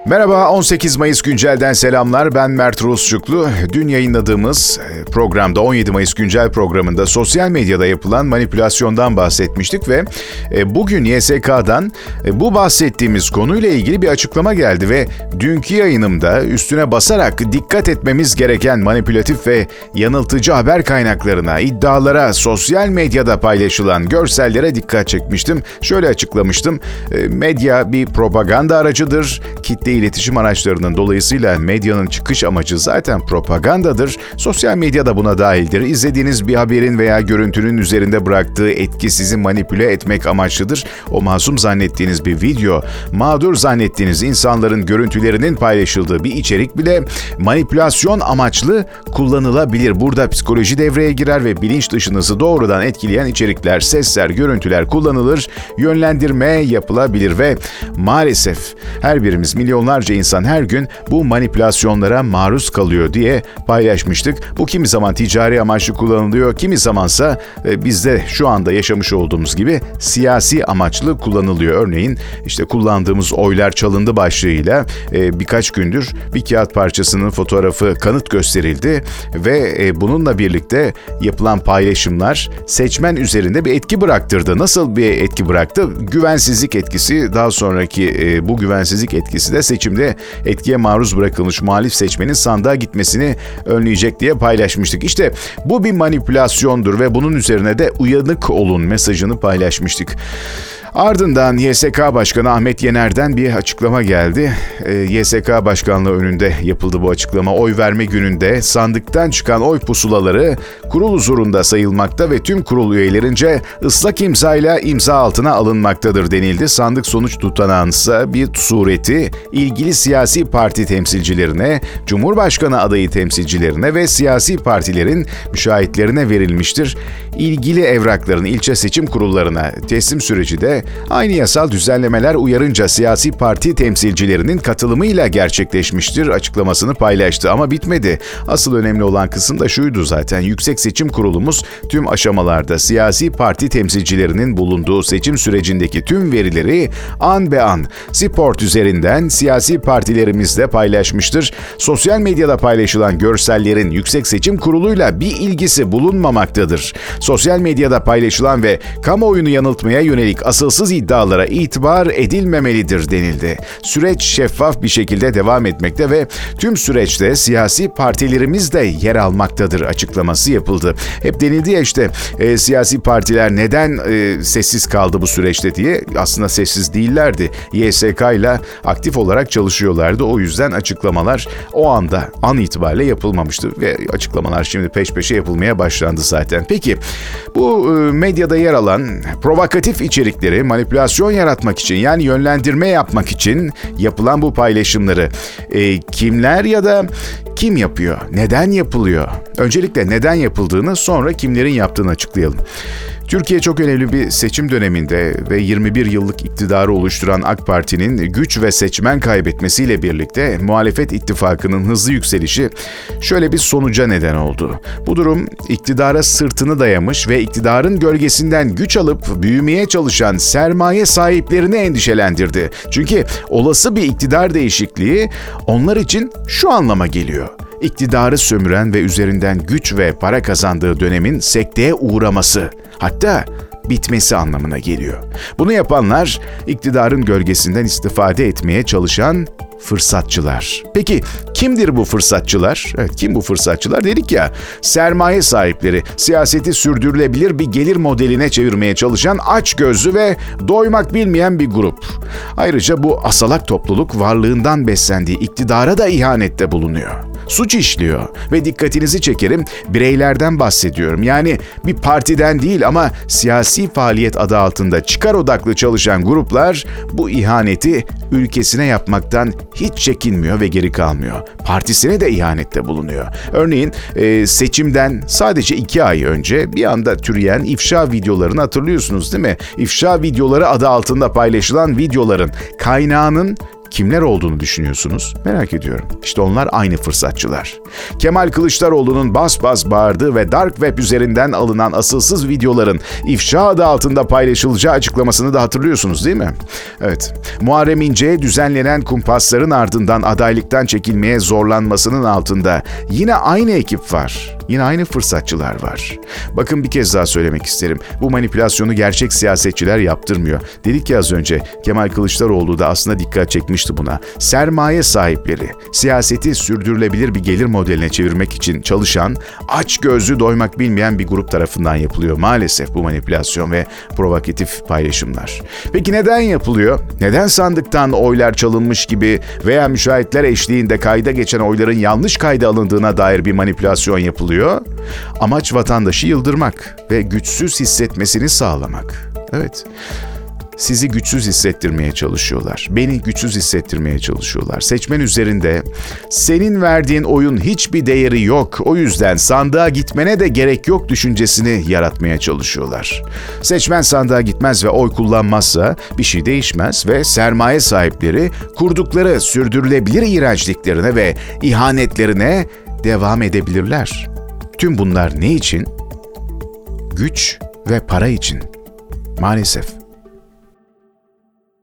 Merhaba, 18 Mayıs Güncel'den selamlar. Ben Mert Rusçuklu. Dün yayınladığımız programda 17 Mayıs Güncel programında sosyal medyada yapılan manipülasyondan bahsetmiştik ve bugün YSK'dan bu bahsettiğimiz konuyla ilgili bir açıklama geldi ve dünkü yayınımda üstüne basarak dikkat etmemiz gereken manipülatif ve yanıltıcı haber kaynaklarına, iddialara, sosyal medyada paylaşılan görsellere dikkat çekmiştim. Şöyle açıklamıştım. Medya bir propaganda aracıdır. Kitle iletişim araçlarının dolayısıyla medyanın çıkış amacı zaten propagandadır. Sosyal medya da buna dahildir. İzlediğiniz bir haberin veya görüntünün üzerinde bıraktığı etki sizi manipüle etmek amaçlıdır. O masum zannettiğiniz bir video, mağdur zannettiğiniz insanların görüntülerinin paylaşıldığı bir içerik bile manipülasyon amaçlı kullanılabilir. Burada psikoloji devreye girer ve bilinç dışınızı doğrudan etkileyen içerikler, sesler, görüntüler kullanılır, yönlendirme yapılabilir ve maalesef her birimiz, milyonlarca insan her gün bu manipülasyonlara maruz kalıyor diye paylaşmıştık. Bu kimi zaman ticari amaçlı kullanılıyor, kimi zamansa bizde şu anda yaşamış olduğumuz gibi siyasi amaçlı kullanılıyor. Örneğin işte kullandığımız oylar çalındı başlığıyla birkaç gündür bir kağıt parçasının fotoğrafı kanıt gösterildi ve bununla birlikte yapılan paylaşımlar seçmen üzerinde bir etki bıraktırdı. Nasıl bir etki bıraktı? Güvensizlik etkisi, daha sonraki bu güvensizlik etkisi de seçimde etkiye maruz bırakılmış muhalif seçmenin sandığa gitmesini önleyecek diye paylaşmıştık. İşte bu bir manipülasyondur ve bunun üzerine de uyanık olun mesajını paylaşmıştık. Ardından YSK Başkanı Ahmet Yener'den bir açıklama geldi. YSK Başkanlığı önünde yapıldı bu açıklama. Oy verme gününde sandıktan çıkan oy pusulaları kurul huzurunda sayılmakta ve tüm kurul üyelerince ıslak imzayla imza altına alınmaktadır denildi. Sandık sonuç tutanağınsa bir sureti ilgili siyasi parti temsilcilerine, Cumhurbaşkanı adayı temsilcilerine ve siyasi partilerin müşahitlerine verilmiştir. İlgili evrakların ilçe seçim kurullarına teslim süreci de aynı yasal düzenlemeler uyarınca siyasi parti temsilcilerinin katılımıyla gerçekleşmiştir açıklamasını paylaştı. Ama bitmedi. Asıl önemli olan kısım da şuydu zaten. Yüksek Seçim Kurulumuz tüm aşamalarda siyasi parti temsilcilerinin bulunduğu seçim sürecindeki tüm verileri an be an Sport üzerinden siyasi partilerimizle paylaşmıştır. Sosyal medyada paylaşılan görsellerin Yüksek Seçim Kurulu'yla bir ilgisi bulunmamaktadır. Sosyal medyada paylaşılan ve kamuoyunu yanıltmaya yönelik asılsız iddialara itibar edilmemelidir denildi. Süreç şeffaf bir şekilde devam etmekte ve tüm süreçte siyasi partilerimiz de yer almaktadır açıklaması yapıldı. Hep denildi ya işte siyasi partiler neden sessiz kaldı bu süreçte diye. Aslında sessiz değillerdi. YSK ile aktif olarak çalışıyorlardı. O yüzden açıklamalar o anda an itibariyle yapılmamıştı ve açıklamalar şimdi peş peşe yapılmaya başlandı zaten. Peki bu medyada yer alan provokatif içerikleri manipülasyon yaratmak için, yani yönlendirme yapmak için yapılan bu paylaşımları kimler ya da kim yapıyor? Neden yapılıyor? Öncelikle neden yapıldığını, sonra kimlerin yaptığını açıklayalım. Türkiye çok önemli bir seçim döneminde ve 21 yıllık iktidarı oluşturan AK Parti'nin güç ve seçmen kaybetmesiyle birlikte muhalefet ittifakının hızlı yükselişi şöyle bir sonuca neden oldu. Bu durum iktidara sırtını dayamış ve iktidarın gölgesinden güç alıp büyümeye çalışan sermaye sahiplerini endişelendirdi. Çünkü olası bir iktidar değişikliği onlar için şu anlama geliyor: İktidarı sömüren ve üzerinden güç ve para kazandığı dönemin sekteye uğraması, hatta bitmesi anlamına geliyor. Bunu yapanlar iktidarın gölgesinden istifade etmeye çalışan fırsatçılar. Peki kimdir bu fırsatçılar? Evet, kim bu fırsatçılar? Dedik ya, sermaye sahipleri, siyaseti sürdürülebilir bir gelir modeline çevirmeye çalışan açgözlü ve doymak bilmeyen bir grup. Ayrıca bu asalak topluluk varlığından beslendiği iktidara da ihanette bulunuyor. Suç işliyor ve dikkatinizi çekerim, bireylerden bahsediyorum. Yani bir partiden değil ama siyasi faaliyet adı altında çıkar odaklı çalışan gruplar bu ihaneti ülkesine yapmaktan hiç çekinmiyor ve geri kalmıyor. Partisine de ihanette bulunuyor. Örneğin seçimden sadece 2 ay önce bir anda türeyen ifşa videolarını hatırlıyorsunuz değil mi? İfşa videoları adı altında paylaşılan videoların kaynağının Kimler olduğunu düşünüyorsunuz? Merak ediyorum. İşte onlar aynı fırsatçılar. Kemal Kılıçdaroğlu'nun bas bas bağırdığı ve Dark Web üzerinden alınan asılsız videoların ifşa adı altında paylaşılacağı açıklamasını da hatırlıyorsunuz değil mi? Evet. Muharrem İnce'ye düzenlenen kumpasların ardından adaylıktan çekilmeye zorlanmasının altında yine aynı ekip var. Yine aynı fırsatçılar var. Bakın bir kez daha söylemek isterim. Bu manipülasyonu gerçek siyasetçiler yaptırmıyor. Dedik ya az önce, Kemal Kılıçdaroğlu da aslında dikkat çekmişti buna. Sermaye sahipleri, siyaseti sürdürülebilir bir gelir modeline çevirmek için çalışan, açgözlü doymak bilmeyen bir grup tarafından yapılıyor maalesef bu manipülasyon ve provokatif paylaşımlar. Peki neden yapılıyor? Neden sandıktan oylar çalınmış gibi veya müşahitler eşliğinde kayda geçen oyların yanlış kayda alındığına dair bir manipülasyon yapılıyor? Amaç vatandaşı yıldırmak ve güçsüz hissetmesini sağlamak. Evet. Sizi güçsüz hissettirmeye çalışıyorlar. Beni güçsüz hissettirmeye çalışıyorlar. Seçmen üzerinde senin verdiğin oyun hiçbir değeri yok. O yüzden sandığa gitmene de gerek yok düşüncesini yaratmaya çalışıyorlar. Seçmen sandığa gitmez ve oy kullanmazsa bir şey değişmez ve sermaye sahipleri kurdukları sürdürülebilir iğrençliklerine ve ihanetlerine devam edebilirler. Tüm bunlar ne için? Güç ve para için. Maalesef.